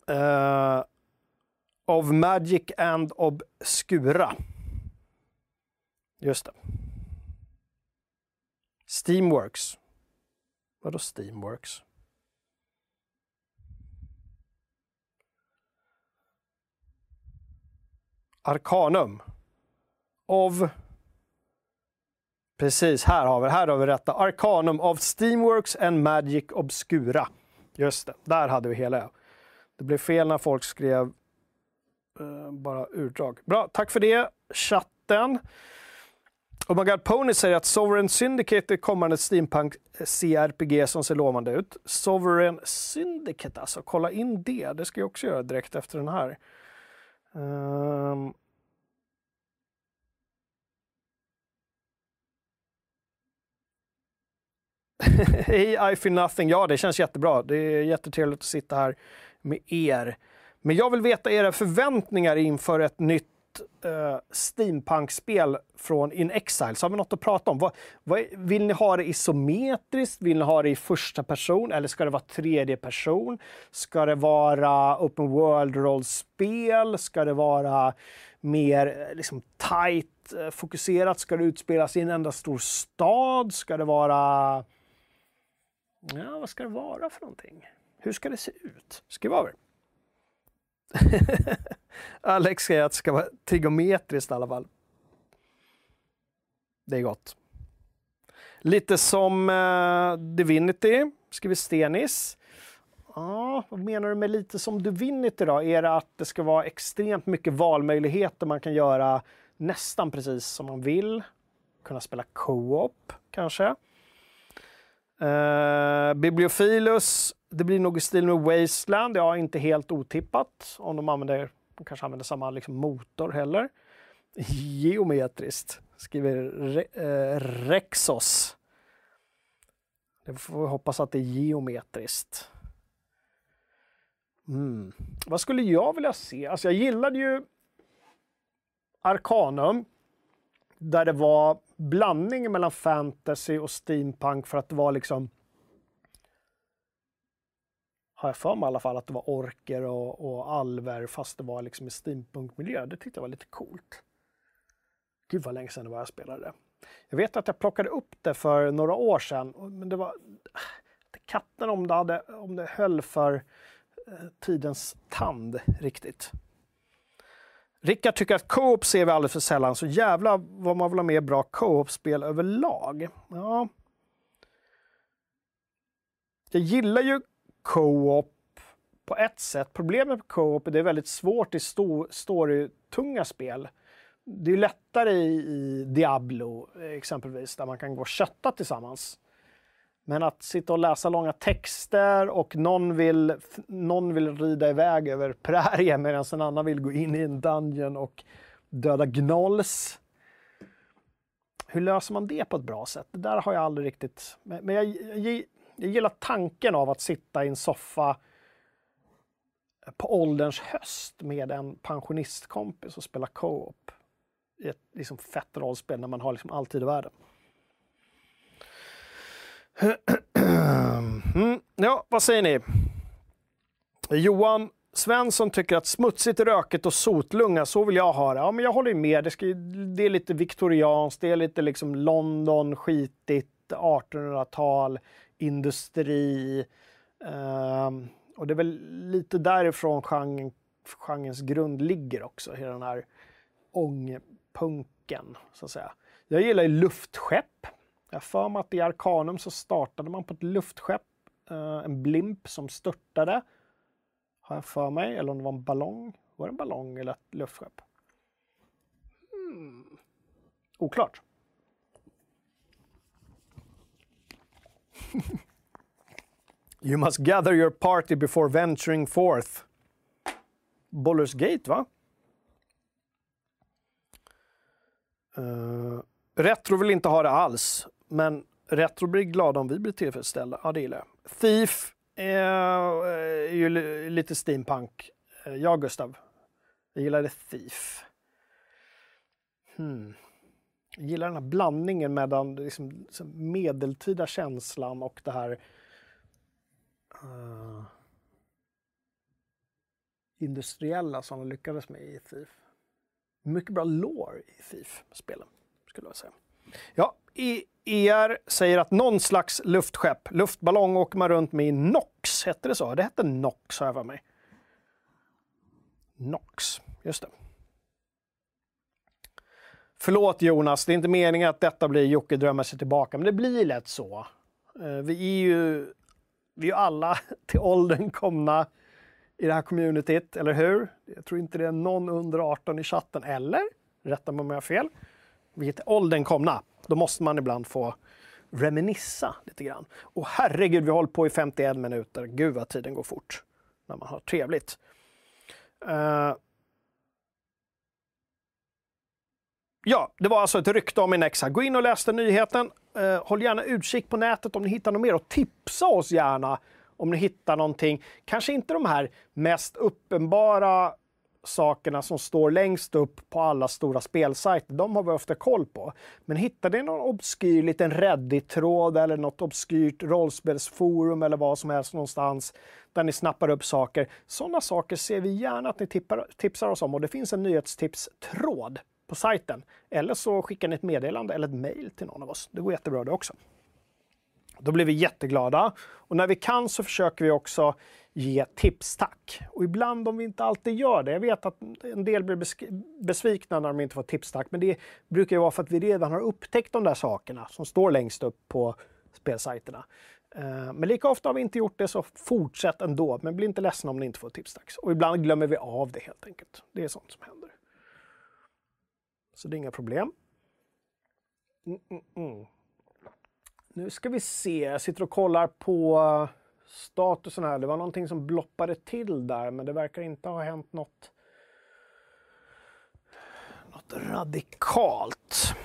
Of Magic and Obscura. Just det. Steamworks. Vadå Steamworks? Arcanum. Precis, här har vi rätta. Arcanum of Steamworks and Magic Obscura. Just det, där hade vi hela. Det blev fel när folk skrev bara utdrag. Bra, tack för det, chatten. Oh my God, Pony säger att Sovereign Syndicate är kommande steampunk CRPG som ser lovande ut. Sovereign Syndicate, alltså kolla in det. Det ska jag också göra direkt efter den här. Hej, I feel nothing. Ja, det känns jättebra. Det är jättetrevligt att sitta här med er. Men jag vill veta era förväntningar inför ett nytt steampunk-spel från In Exile. Så har vi något att prata om. Vill ni ha det isometriskt? Vill ni ha det i första person? Eller ska det vara tredje person? Ska det vara open world-rollspel? Ska det vara mer liksom tight fokuserat? Ska det utspelas i en enda stor stad? Ska det vara... Ja, vad ska det vara för någonting? Hur ska det se ut? Skriv över. Alex säger att det ska vara trigonometriskt i alla fall. Det är gott. Lite som Divinity, skriver Stenis. Ja, vad menar du med lite som Divinity då? Är det att det ska vara extremt mycket valmöjligheter, man kan göra nästan precis som man vill? Kunna spela co-op kanske? Bibliophilus, det blir nog i stil med Wasteland. Ja, inte helt otippat om de kanske använder samma liksom motor heller. Geometriskt, skriver Rexos. Det får vi hoppas att det är geometriskt. Vad skulle jag vilja se? Alltså jag gillade ju Arcanum, där det var blandning mellan fantasy och steampunk, för att det var liksom, har jag för mig i alla fall, att det var orker och alver fast det var liksom i steampunk-miljö. Det tyckte jag var lite coolt. Gud vad länge sedan det var jag spelade det. Jag vet att jag plockade upp det för några år sedan, men det var katten om det höll för tidens tand riktigt. Rickard tycker att co-op ser vi alldeles för sällan, så jävla vad man vill ha med bra co-op-spel överlag. Ja. Jag gillar ju co-op på ett sätt. Problemet med co-op är att det är väldigt svårt i story-tunga spel. Det är lättare i Diablo exempelvis, där man kan gå och kötta tillsammans. Men att sitta och läsa långa texter och någon vill rida iväg över prärien medan en annan vill gå in i en dungeon och döda gnolls. Hur löser man det på ett bra sätt? Det där har jag aldrig riktigt... Men jag gillar tanken av att sitta i en soffa på ålderns höst med en pensionistkompis och spela co-op i ett liksom fett rollspel när man har liksom all tid i världen. Ja, vad säger ni? Johan Svensson tycker att smutsigt, rökigt och sotlunga, så vill jag ha det. Ja, men jag håller med. Det är lite viktorianskt, det är lite liksom London, skitigt, 1800-tal, industri. Och det är väl lite därifrån genrens grund ligger också, hela den här ångpunken, så att säga. Jag gillar ju luftskepp. Jag för mig att i Arcanum så startade man på ett luftskepp, en blimp som störtade, har jag för mig, eller om det var en ballong. Var det en ballong eller ett luftskepp? Oklart. You must gather your party before venturing forth. Baldur's Gate, va? Retro vill inte ha det alls, men Retro blir glada om vi blir tillfredsställda. Ja, det gillar jag. Thief är ju lite steampunk. Jag, Gustav, jag gillade Thief. Jag gillar den här blandningen med den liksom medeltida känslan och det här industriella som de lyckades med i Thief. Mycket bra lore i Thief-spelen, skulle jag säga. Ja, ER säger att någon slags luftskepp, luftballong åker man runt med i Nox, hette det så? Det hette Nox, har jag för mig. Nox, just det. Förlåt Jonas, det är inte meningen att detta blir Jocke drömmer sig tillbaka, men det blir lätt så. Vi är ju alla till åldern komna i det här communityt, eller hur? Jag tror inte det är någon under 18 i chatten, eller? Rätta mig om jag har fel. Vi är till åldern komna. Då måste man ibland få reminissa lite grann. Och herregud, vi håller på i 51 minuter. Gud vad tiden går fort när man har trevligt. Ja, det var alltså ett rykte om Innexa. Gå in och läs den nyheten. Håll gärna utkik på nätet om ni hittar något mer och tipsa oss gärna om ni hittar någonting. Kanske inte de här mest uppenbara sakerna som står längst upp på alla stora spelsajter. De har vi ofta koll på. Men hittar ni någon obskyr liten Reddit-tråd eller något obskyrt rollspelsforum eller vad som helst någonstans där ni snappar upp saker. Sådana saker ser vi gärna att ni tipsar oss om. Och det finns en nyhetstips-tråd på sajten. Eller så skickar ni ett meddelande eller ett mejl till någon av oss. Det går jättebra det också. Då blir vi jätteglada. Och när vi kan så försöker vi också ge tips tack. Och ibland om vi inte alltid gör det. Jag vet att en del blir besvikna när de inte får tips tack. Men det brukar ju vara för att vi redan har upptäckt de där sakerna som står längst upp på spelsajterna. Men lika ofta har vi inte gjort det, så fortsätt ändå. Men bli inte ledsen om ni inte får tips tack. Och ibland glömmer vi av det helt enkelt. Det är sånt som händer. Så det är inga problem. Nu ska vi se. Jag sitter och kollar på statusen här. Det var någonting som bloppade till där, men det verkar inte ha hänt något radikalt.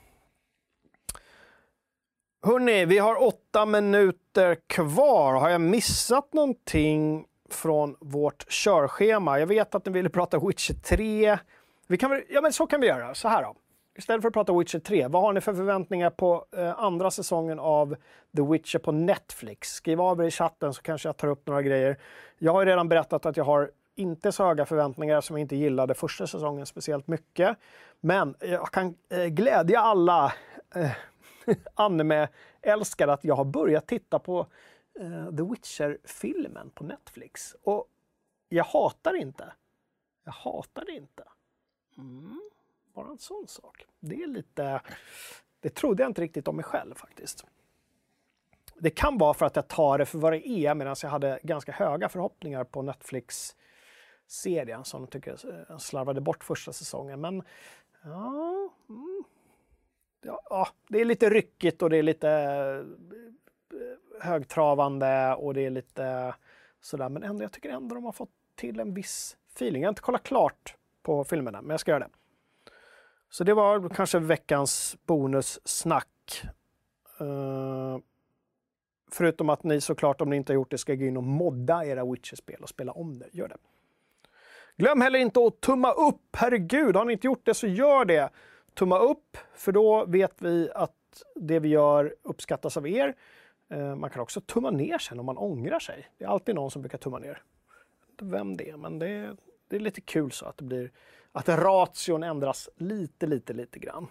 Hörrni, vi har 8 minuter kvar. Har jag missat någonting från vårt körschema? Jag vet att ni ville prata Witcher 3. Men så kan vi göra. Så här då. Istället för att prata Witcher 3, vad har ni för förväntningar på andra säsongen av The Witcher på Netflix? Skriv av er i chatten så kanske jag tar upp några grejer. Jag har ju redan berättat att jag har inte så höga förväntningar som jag inte gillade första säsongen speciellt mycket. Men jag kan glädja alla anime-älskare att jag har börjat titta på The Witcher-filmen på Netflix. Och jag hatar det inte. Bara en sån sak. Det trodde jag inte riktigt om mig själv faktiskt. Det kan vara för att jag tar det för vad det är, medan jag hade ganska höga förhoppningar på Netflix-serien som jag tycker jag slarvade bort första säsongen. Men ja, det är lite ryckigt och det är lite högtravande och det är lite sådär. Men ändå, jag tycker ändå de har fått till en viss feeling. Jag har inte kollat klart på filmerna, men jag ska göra det. Så det var kanske veckans bonussnack. Förutom att ni såklart, om ni inte har gjort det, ska gå in och modda era Witcher-spel och spela om det. Gör det. Glöm heller inte att tumma upp. Herregud, har ni inte gjort det så gör det. Tumma upp, för då vet vi att det vi gör uppskattas av er. Man kan också tumma ner sen om man ångrar sig. Det är alltid någon som brukar tumma ner. Jag vet inte vem det är, men det är lite kul så att det blir att ration ändras lite grann.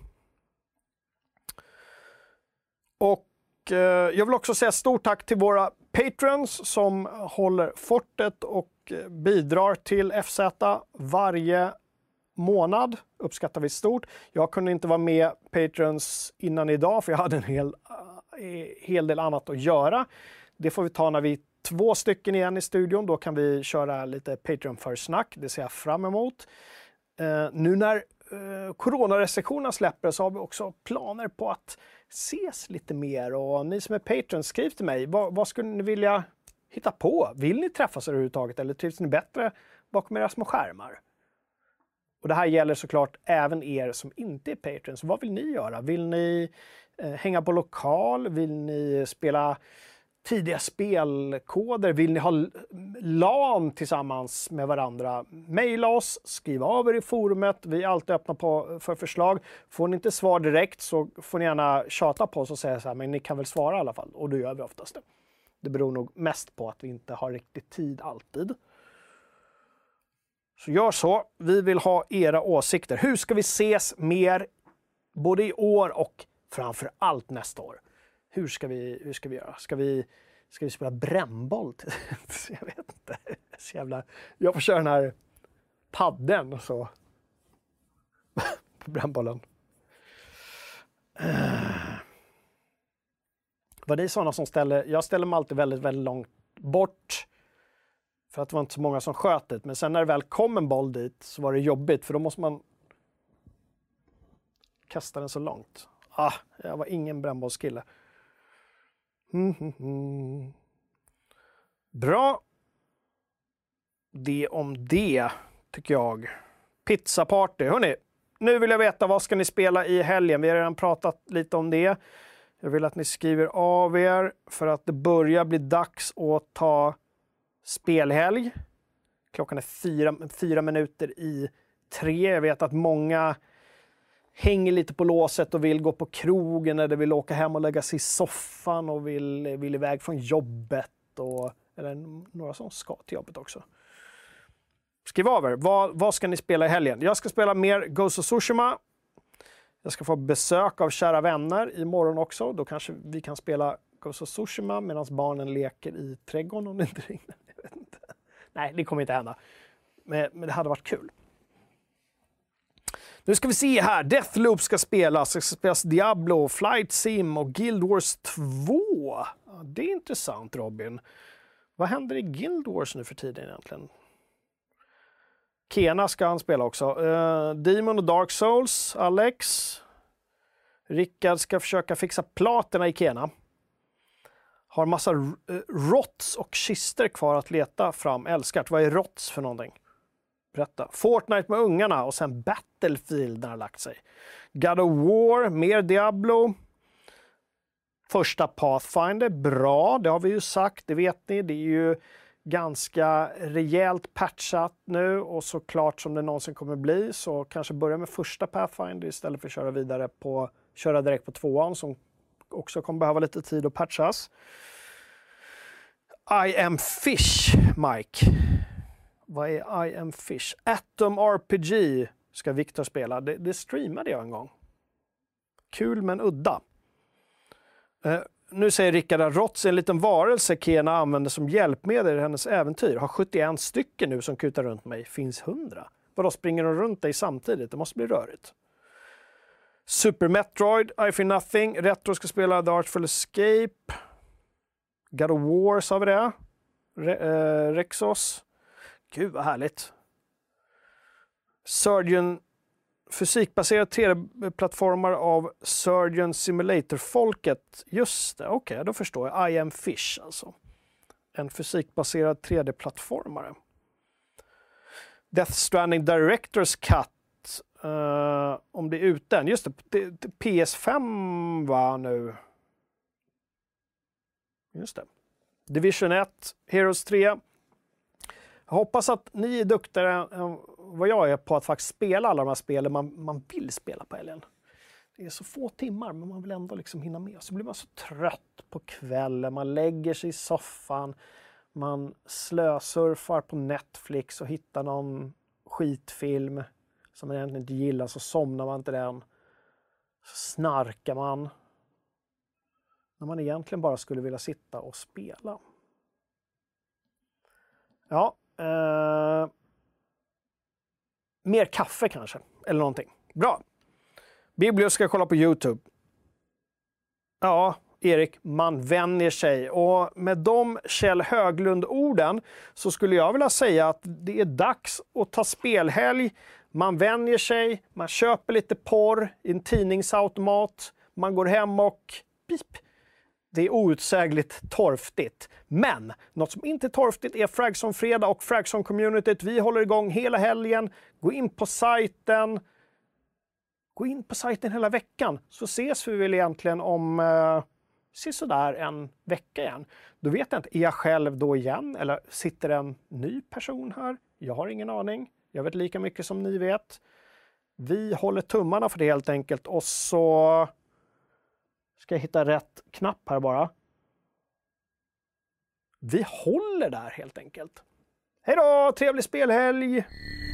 Och jag vill också säga stort tack till våra patrons som håller fortet och bidrar till FZ varje månad. Uppskattar vi stort. Jag kunde inte vara med patrons innan idag för jag hade en hel del annat att göra. Det får vi ta när vi är 2 stycken igen i studion. Då kan vi köra lite Patreon-försnack. Det ser jag fram emot. Nu när coronarestriktionerna släpper så har vi också planer på att ses lite mer. Och ni som är patrons, skriv till mig. Vad skulle ni vilja hitta på? Vill ni träffas överhuvudtaget eller trivs ni bättre bakom era små skärmar? Och det här gäller såklart även er som inte är patrons. Vad vill ni göra? Vill ni hänga på lokal? Vill ni spela tidiga spelkoder? Vill ni ha LAN tillsammans med varandra? Maila oss, skriv av er i forumet. Vi är alltid öppna för förslag. Får ni inte svar direkt så får ni gärna tjata på oss och säga så här, men ni kan väl svara i alla fall. Och det gör vi oftast det. Det beror nog mest på att vi inte har riktigt tid alltid. Så gör så. Vi vill ha era åsikter. Hur ska vi ses mer både i år och framför allt nästa år? Hur ska vi göra? Ska vi spela brännboll? Jag vet inte. Så jävla... Jag får köra den här padden och så. På brännbollen. Var det sådana som jag ställer mig alltid väldigt, väldigt långt bort. För att det var inte så många som sköt det. Men sen när det väl kom en boll dit så var det jobbigt. För då måste man kasta den så långt. Jag var ingen brännbollskille. Bra. Det om det, tycker jag. Pizzaparty. Hörrni, nu vill jag veta vad ska ni spela i helgen. Vi har redan pratat lite om det. Jag vill att ni skriver av er för att det börjar bli dags att ta spelhelg. Klockan är 4 minuter i 3. Jag vet att många hänger lite på låset och vill gå på krogen eller vill åka hem och lägga sig i soffan och vill iväg från jobbet. Eller några som ska till jobbet också. Skriv av er. Vad ska ni spela i helgen? Jag ska spela mer Ghost of Tsushima. Jag ska få besök av kära vänner imorgon också. Då kanske vi kan spela Ghost of Tsushima medan barnen leker i trädgården om det inte regnar. Jag vet inte. Nej, det kommer inte hända. Men det hade varit kul. Nu ska vi se här. Deathloop ska spelas. Det ska spelas Diablo, Flight Sim och Guild Wars 2. Ja, det är intressant, Robin. Vad händer i Guild Wars nu för tiden egentligen? Kena ska han spela också. Demon och Dark Souls, Alex. Rickard ska försöka fixa platerna i Kena. Har massa rots och kister kvar att leta fram. Älskar. Vad är rots för någonting? Berätta. Fortnite med ungarna och sen Battlefield när det har lagt sig. God of War, mer Diablo. Första Pathfinder, bra. Det har vi ju sagt, det vet ni. Det är ju ganska rejält patchat nu och såklart som det någonsin kommer bli så kanske börja med första Pathfinder istället för att köra direkt på 2an som också kommer behöva lite tid att patchas. I am Fish, Mike. Vad är I am Fish? Atom RPG ska Victor spela. Det streamade jag en gång. Kul men udda. Nu säger Rickard att Rots är en liten varelse Kena använder som hjälpmedel i hennes äventyr. Har 71 stycken nu som kutar runt mig. Finns 100. Vadå, springer de runt dig samtidigt? Det måste bli rörigt. Super Metroid, I Feel Nothing. Retro ska spela The Artful Escape. God of War sa vi det. Rexos. Gud vad härligt. Surgeon. Fysikbaserad 3D-plattformar av Surgeon Simulator-folket. Just det, okej, då förstår jag. I am Fish alltså. En fysikbaserad 3D-plattformare. Death Stranding Director's Cut. Om det är ute än. Just det, PS5 va nu. Just det. Division 1, Heroes 3. Jag hoppas att ni är duktigare än vad jag är på att faktiskt spela alla de här spelen man vill spela på helgen. Det är så få timmar men man vill ändå liksom hinna med. Så blir man så trött på kvällen, man lägger sig i soffan, man slösurfar på Netflix och hittar någon skitfilm som man egentligen inte gillar, så somnar man till den. Så snarkar man. När man egentligen bara skulle vilja sitta och spela. Ja, mer kaffe kanske, eller någonting. Bra. Biblios ska kolla på YouTube. Ja, Erik, man vänjer sig. Och med de Kjell Höglund-orden så skulle jag vilja säga att det är dags att ta spelhelg. Man vänjer sig, man köper lite porr i en tidningsautomat. Man går hem och pip. Det är outsägligt torftigt. Men något som inte är torftigt är Fragson Fredag och Fragson-communityt. Vi håller igång hela helgen. Gå in på sajten. Gå in på sajten hela veckan. Så ses vi väl egentligen om sådär en vecka igen. Då vet jag inte, är jag själv då igen? Eller sitter en ny person här? Jag har ingen aning. Jag vet lika mycket som ni vet. Vi håller tummarna för det helt enkelt. Och så ska jag hitta rätt knapp här bara. Vi håller där helt enkelt. Hej då! Trevlig spelhelg!